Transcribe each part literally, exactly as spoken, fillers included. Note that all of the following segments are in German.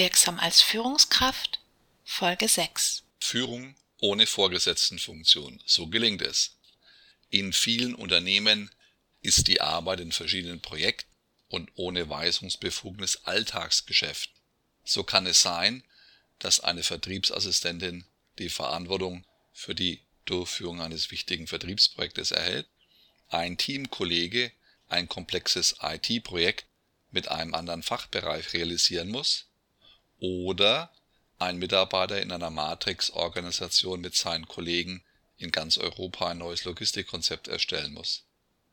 Wirksam als Führungskraft, Folge sechs. Führung ohne Vorgesetztenfunktion. So gelingt es. In vielen Unternehmen ist die Arbeit in verschiedenen Projekten und ohne Weisungsbefugnis Alltagsgeschäft. So kann es sein, dass eine Vertriebsassistentin die Verantwortung für die Durchführung eines wichtigen Vertriebsprojektes erhält, ein Teamkollege ein komplexes I T-Projekt mit einem anderen Fachbereich realisieren muss oder ein Mitarbeiter in einer Matrix-Organisation mit seinen Kollegen in ganz Europa ein neues Logistikkonzept erstellen muss.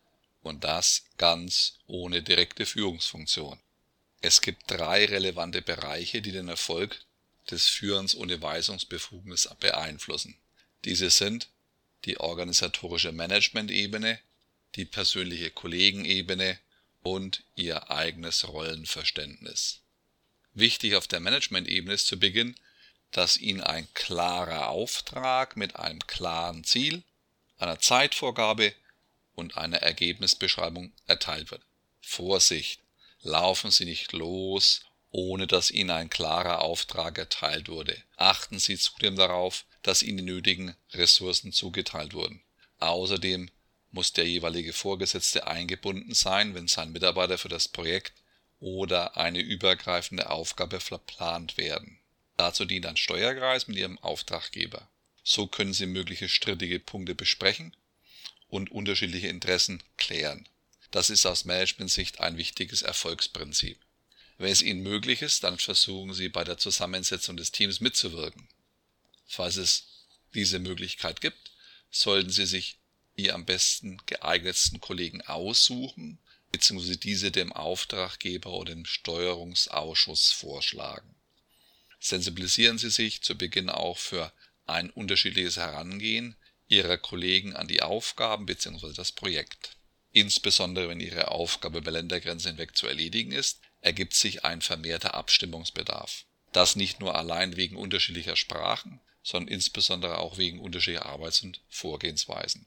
Und das ganz ohne direkte Führungsfunktion. Es gibt drei relevante Bereiche, die den Erfolg des Führens ohne Weisungsbefugnis beeinflussen. Diese sind die organisatorische Management-Ebene, die persönliche Kollegenebene und ihr eigenes Rollenverständnis. Wichtig auf der Management-Ebene ist zu Beginn, dass Ihnen ein klarer Auftrag mit einem klaren Ziel, einer Zeitvorgabe und einer Ergebnisbeschreibung erteilt wird. Vorsicht! Laufen Sie nicht los, ohne dass Ihnen ein klarer Auftrag erteilt wurde. Achten Sie zudem darauf, dass Ihnen die nötigen Ressourcen zugeteilt wurden. Außerdem muss der jeweilige Vorgesetzte eingebunden sein, wenn sein Mitarbeiter für das Projekt oder eine übergreifende Aufgabe verplant werden. Dazu dient ein Steuerkreis mit Ihrem Auftraggeber. So können Sie mögliche strittige Punkte besprechen und unterschiedliche Interessen klären. Das ist aus Management-Sicht ein wichtiges Erfolgsprinzip. Wenn es Ihnen möglich ist, dann versuchen Sie bei der Zusammensetzung des Teams mitzuwirken. Falls es diese Möglichkeit gibt, sollten Sie sich die am besten geeignetsten Kollegen aussuchen bzw. diese dem Auftraggeber oder dem Steuerungsausschuss vorschlagen. Sensibilisieren Sie sich zu Beginn auch für ein unterschiedliches Herangehen Ihrer Kollegen an die Aufgaben bzw. das Projekt. Insbesondere wenn Ihre Aufgabe über Ländergrenzen hinweg zu erledigen ist, ergibt sich ein vermehrter Abstimmungsbedarf. Das nicht nur allein wegen unterschiedlicher Sprachen, sondern insbesondere auch wegen unterschiedlicher Arbeits- und Vorgehensweisen.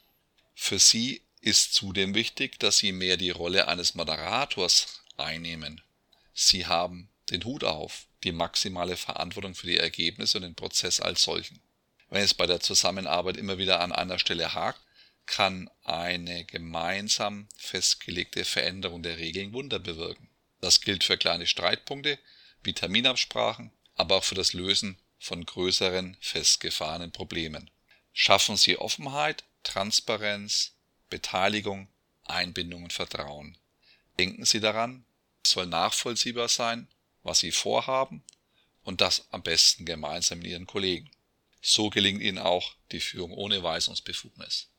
Für Sie ist zudem wichtig, dass Sie mehr die Rolle eines Moderators einnehmen. Sie haben den Hut auf, die maximale Verantwortung für die Ergebnisse und den Prozess als solchen. Wenn es bei der Zusammenarbeit immer wieder an einer Stelle hakt, kann eine gemeinsam festgelegte Veränderung der Regeln Wunder bewirken. Das gilt für kleine Streitpunkte wie Terminabsprachen, aber auch für das Lösen von größeren, festgefahrenen Problemen. Schaffen Sie Offenheit, Transparenz, Beteiligung, Einbindung und Vertrauen. Denken Sie daran, es soll nachvollziehbar sein, was Sie vorhaben und das am besten gemeinsam mit Ihren Kollegen. So gelingt Ihnen auch die Führung ohne Weisungsbefugnis.